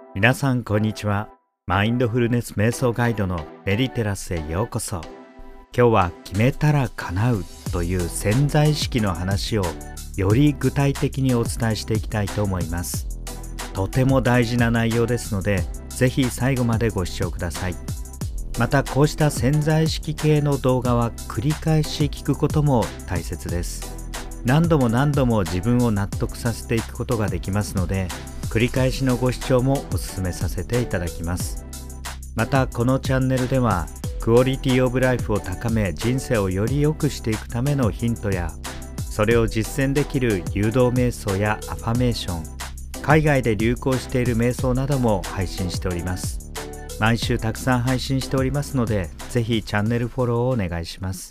皆さんこんにちは。マインドフルネス瞑想ガイドのメディテラスへようこそ。今日は決めたら叶うという潜在意識の話をより具体的にお伝えしていきたいと思います。とても大事な内容ですので、ぜひ最後までご視聴ください。またこうした潜在意識系の動画は繰り返し聞くことも大切です。何度も自分を納得させていくことができますので、繰り返しのご視聴もお勧めさせていただきます。またこのチャンネルではクオリティオブライフを高め、人生をより良くしていくためのヒントや、それを実践できる誘導瞑想やアファメーション、海外で流行している瞑想なども配信しております。毎週たくさん配信しておりますので、ぜひチャンネルフォローをお願いします。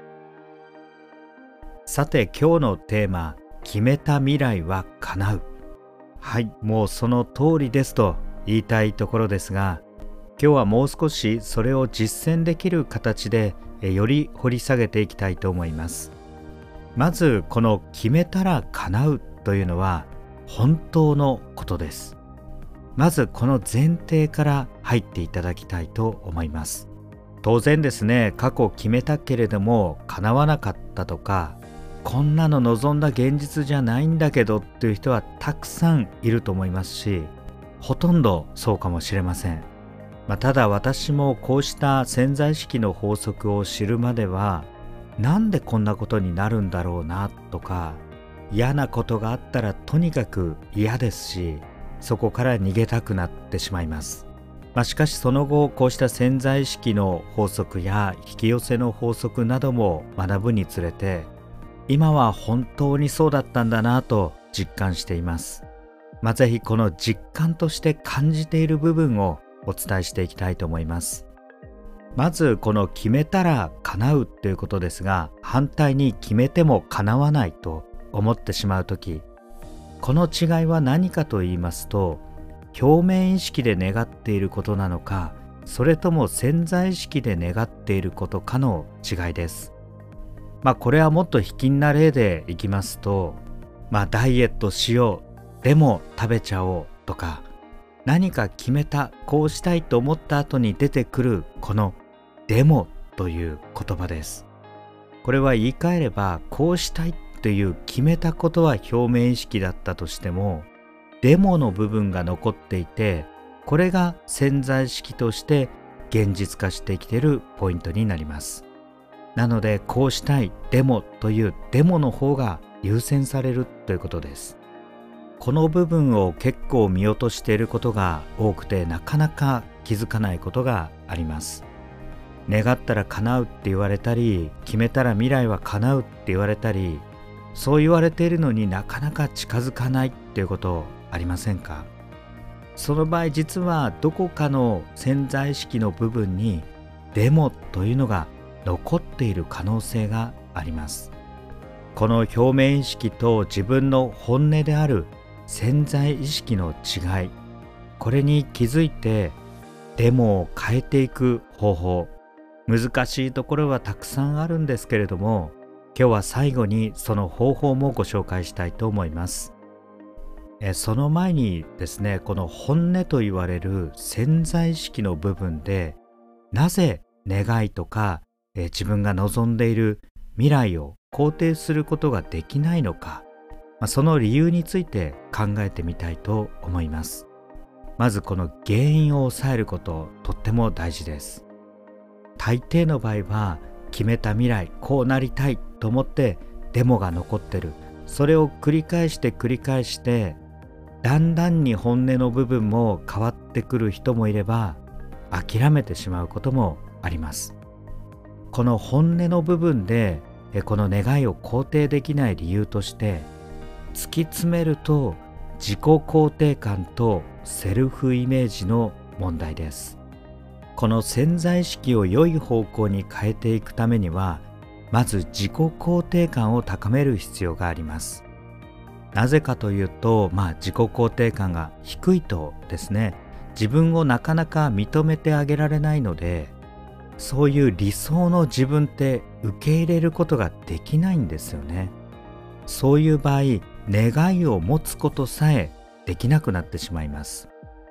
さて今日のテーマ、決めた未来は叶う。はい、もうその通りですと言いたいところですが、今日はもう少しそれを実践できる形でより掘り下げていきたいと思います。まずこの決めたら叶うというのは本当のことです。まずこの前提から入っていただきたいと思います。当然ですね、過去決めたけれども叶わなかったとか、こんなの望んだ現実じゃないんだけどっていう人はたくさんいると思いますし、ほとんどそうかもしれません。ただ私もこうした潜在意識の法則を知るまでは、なんでこんなことになるんだろうなとか、嫌なことがあったらとにかく嫌ですし、そこから逃げたくなってしまいます。しかしその後こうした潜在意識の法則や引き寄せの法則なども学ぶにつれて、今は本当にそうだったんだなと実感しています。ぜひこの実感として感じている部分をお伝えしていきたいと思います。まずこの決めたら叶うということですが、反対に決めても叶わないと思ってしまうとき、この違いは何かと言いますと、表面意識で願っていることなのか、それとも潜在意識で願っていることかの違いです。これはもっと卑近な例でいきますと、ダイエットしよう、でも食べちゃおうとか、何か決めた、こうしたいと思った後に出てくるこのでもという言葉です。これは言い換えれば、こうしたいという決めたことは表面意識だったとしても、でもの部分が残っていて、これが潜在意識として現実化してきているポイントになります。なのでこうしたいでもというでもの方が優先されるということです。この部分を結構見落としていることが多くて、なかなか気づかないことがあります。願ったら叶うって言われたり、決めたら未来は叶うって言われたり、そう言われているのになかなか近づかないっていうことありませんか？その場合実はどこかの潜在意識の部分にでもというのが残っている可能性があります。この表面意識と自分の本音である潜在意識の違い、これに気づいてでもを変えていく方法、難しいところはたくさんあるんですけれども、今日は最後にその方法もご紹介したいと思います。その前にですね、この本音と言われる潜在意識の部分で、なぜ願いとか自分が望んでいる未来を肯定することができないのか、その理由について考えてみたいと思います。まずこの原因を抑えること、とっても大事です。大抵の場合は決めた未来、こうなりたいと思ってデモが残ってる。それを繰り返してだんだんに本音の部分も変わってくる人もいれば、諦めてしまうこともあります。この本音の部分でこの願いを肯定できない理由として、突き詰めると自己肯定感とセルフイメージの問題です。この潜在意識を良い方向に変えていくためには、まず自己肯定感を高める必要があります。なぜかというと、自己肯定感が低いとですね、自分をなかなか認めてあげられないので、そういう理想の自分って受け入れることができないんですよね。そういう場合、願いを持つことさえできなくなってしまいます。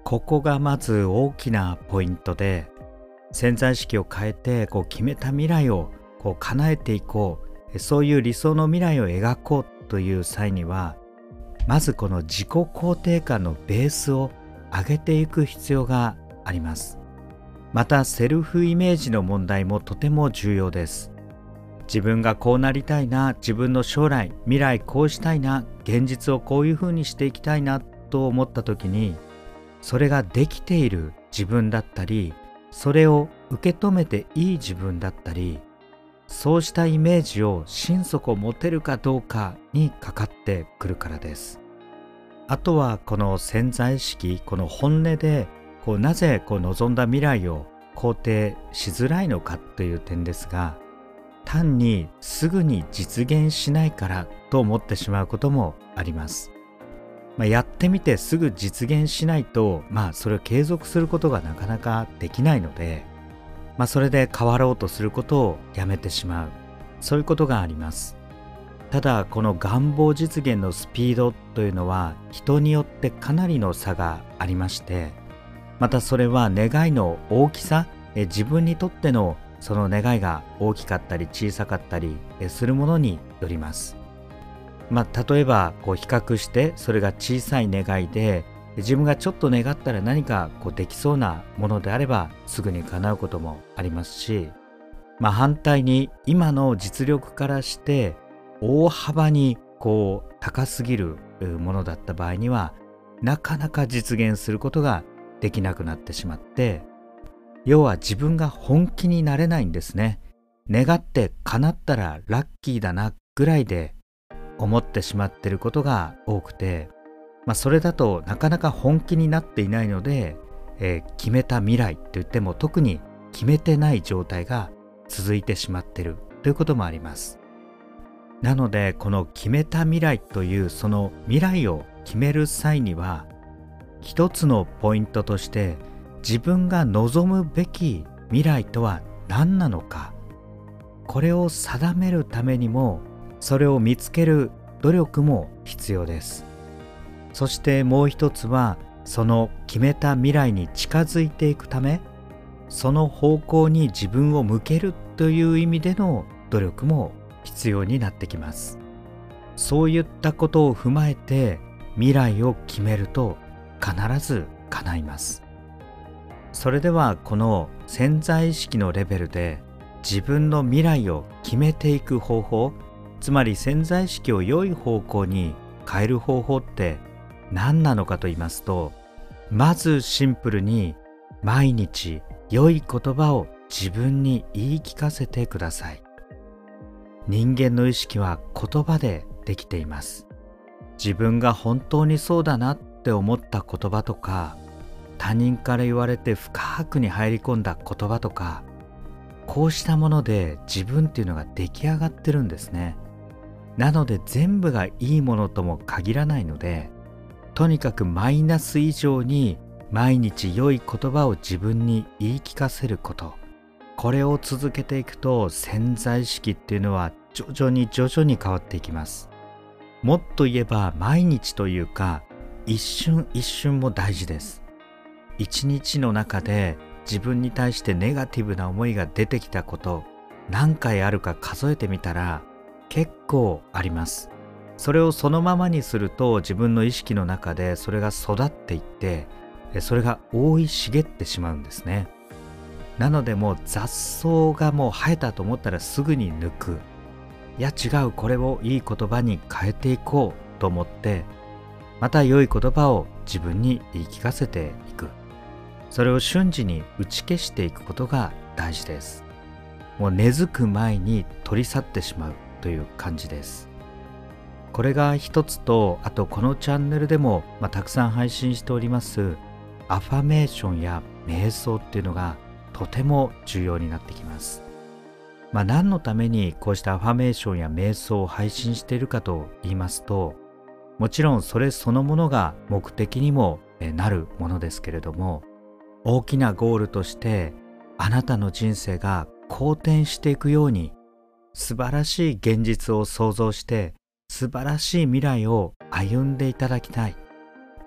ここがまず大きなポイントで、潜在意識を変えて決めた未来を叶えていこう、そういう理想の未来を描こうという際には、まずこの自己肯定感のベースを上げていく必要があります。またセルフイメージの問題もとても重要です。自分がこうなりたいな、自分の将来未来こうしたいな、現実をこういうふうにしていきたいなと思った時に、それができている自分だったり、それを受け止めていい自分だったり、そうしたイメージを心底持てるかどうかにかかってくるからです。あとはこの潜在意識、この本音でなぜ望んだ未来を肯定しづらいのかという点ですが、単にすぐに実現しないからと思ってしまうこともあります。やってみてすぐ実現しないと、それを継続することがなかなかできないので、それで変わろうとすることをやめてしまう、そういうことがあります。ただこの願望実現のスピードというのは人によってかなりの差がありまして、またそれは願いの大きさ、自分にとってのその願いが大きかったり小さかったりするものによります。例えば比較してそれが小さい願いで、自分がちょっと願ったら何かできそうなものであればすぐに叶うこともありますし、反対に今の実力からして大幅に高すぎるものだった場合にはなかなか実現することができなくなってしまって、要は自分が本気になれないんですね。願って叶ったらラッキーだなぐらいで思ってしまっていることが多くて、それだとなかなか本気になっていないので、決めた未来といっても特に決めてない状態が続いてしまっているということもあります。なのでこの決めた未来というその未来を決める際には、一つのポイントとして自分が望むべき未来とは何なのか、これを定めるためにもそれを見つける努力も必要です。そしてもう一つは、その決めた未来に近づいていくため、その方向に自分を向けるという意味での努力も必要になってきます。そういったことを踏まえて未来を決めると必ず叶います。それではこの潜在意識のレベルで自分の未来を決めていく方法、つまり潜在意識を良い方向に変える方法って何なのかと言いますと、まずシンプルに毎日良い言葉を自分に言い聞かせてください。人間の意識は言葉でできています。自分が本当にそうだなって思った言葉とか、他人から言われて深くに入り込んだ言葉とか、こうしたもので自分っていうのが出来上がってるんですね。なので全部がいいものとも限らないので、とにかくマイナス以上に毎日良い言葉を自分に言い聞かせること、これを続けていくと潜在意識っていうのは徐々に変わっていきます。もっと言えば毎日というか一瞬一瞬も大事です。一日の中で自分に対してネガティブな思いが出てきたこと何回あるか数えてみたら結構あります。それをそのままにすると自分の意識の中でそれが育っていって、それが覆い茂ってしまうんですね。なのでもう雑草がもう生えたと思ったらすぐに抜く。いや違う、これをいい言葉に変えていこうと思って、また良い言葉を自分に言い聞かせていく。それを瞬時に打ち消していくことが大事です。もう根付く前に取り去ってしまうという感じです。これが一つと、あとこのチャンネルでも、たくさん配信しておりますアファメーションや瞑想っていうのがとても重要になってきます。何のためにこうしたアファメーションや瞑想を配信しているかと言いますと、もちろんそれそのものが目的にもなるものですけれども、大きなゴールとしてあなたの人生が好転していくように、素晴らしい現実を想像して素晴らしい未来を歩んでいただきたい。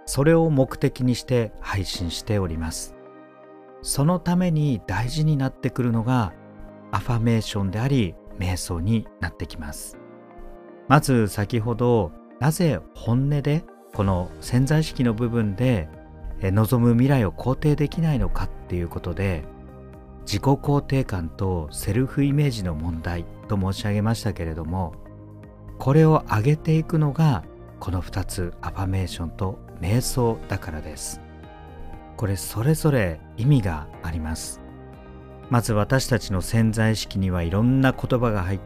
それを目的にして配信しております。そのために大事になってくるのがアファメーションであり瞑想になってきます。まず先ほどなぜ本音でこの潜在意識の部分で望む未来を肯定できないのかっていうことで、自己肯定感とセルフイメージの問題と申し上げましたけれども、これを上げていくのがこの2つ、アファメーションと瞑想だからです。これそれぞれ意味があります。まず私たちの潜在意識にはいろんな言葉が入って、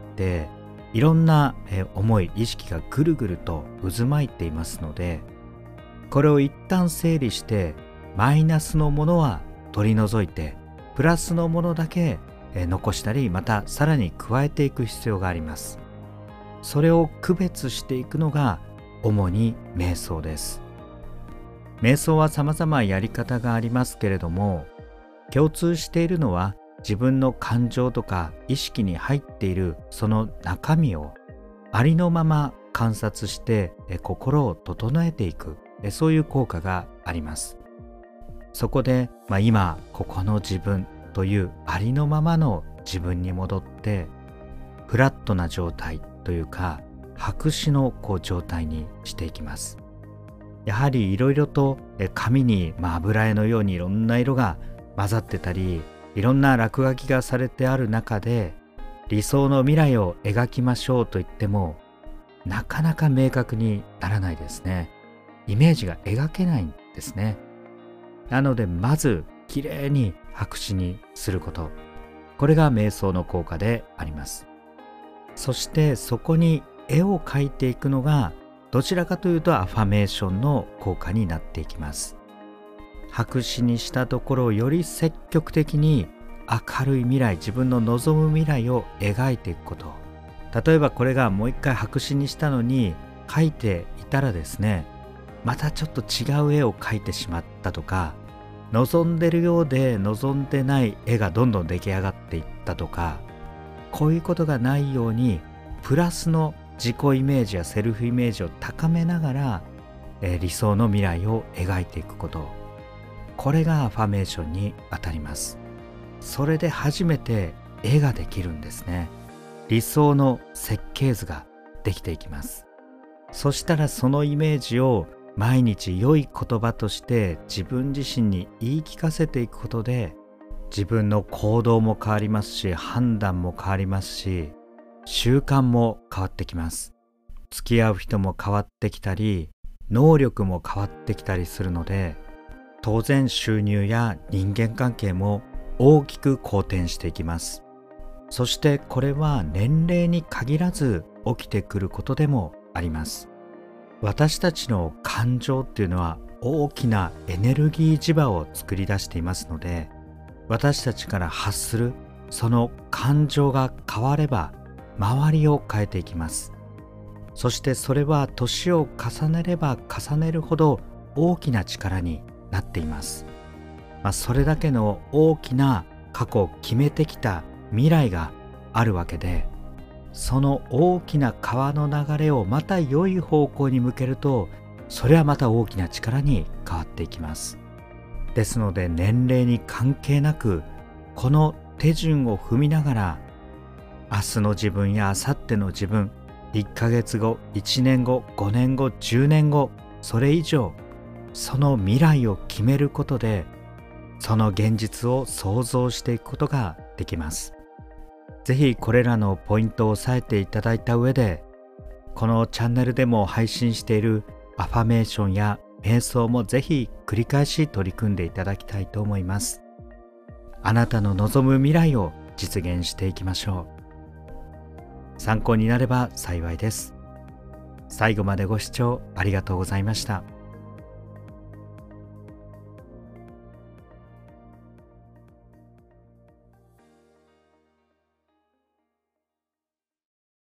いろんな思い、意識がぐるぐると渦巻いていますので、これを一旦整理してマイナスのものは取り除いてプラスのものだけ残したり、またさらに加えていく必要があります。それを区別していくのが主に瞑想です。瞑想は様々やり方がありますけれども、共通しているのは自分の感情とか意識に入っているその中身をありのまま観察して心を整えていく、そういう効果があります。そこで、今ここの自分というありのままの自分に戻ってフラットな状態というか白紙の状態にしていきます。やはりいろいろと紙に油絵のようにいろんな色が混ざってたり、いろんな落書きがされてある中で理想の未来を描きましょうと言ってもなかなか明確にならないですね。イメージが描けないんですね。なのでまずきれいに白紙にすること、これが瞑想の効果であります。そしてそこに絵を描いていくのがどちらかというとアファメーションの効果になっていきます。白紙にしたところをより積極的に明るい未来、自分の望む未来を描いていくこと。例えばこれがもう一回白紙にしたのに描いていたらですね、またちょっと違う絵を描いてしまったとか、望んでるようで望んでない絵がどんどん出来上がっていったとか、こういうことがないようにプラスの自己イメージやセルフイメージを高めながら、理想の未来を描いていくこと、これがアファメーションにあたります。それで初めて絵ができるんですね。理想の設計図ができていきます。そしたらそのイメージを毎日良い言葉として自分自身に言い聞かせていくことで、自分の行動も変わりますし、判断も変わりますし、習慣も変わってきます。付き合う人も変わってきたり、能力も変わってきたりするので、当然収入や人間関係も大きく好転していきます。そしてこれは年齢に限らず起きてくることでもあります。私たちの感情っていうのは大きなエネルギー磁場を作り出していますので、私たちから発するその感情が変われば周りを変えていきます。そしてそれは年を重ねれば重ねるほど大きな力になっています。それだけの大きな過去決めてきた未来があるわけで、その大きな川の流れをまた良い方向に向けると、それはまた大きな力に変わっていきます。ですので年齢に関係なく、この手順を踏みながら、明日の自分や明後日の自分、1ヶ月後、1年後、5年後、10年後、それ以上、その未来を決めることで、その現実を想像していくことができます。ぜひこれらのポイントを押さえていただいた上で、このチャンネルでも配信しているアファメーションや瞑想もぜひ繰り返し取り組んでいただきたいと思います。あなたの望む未来を実現していきましょう。参考になれば幸いです。最後までご視聴ありがとうございました。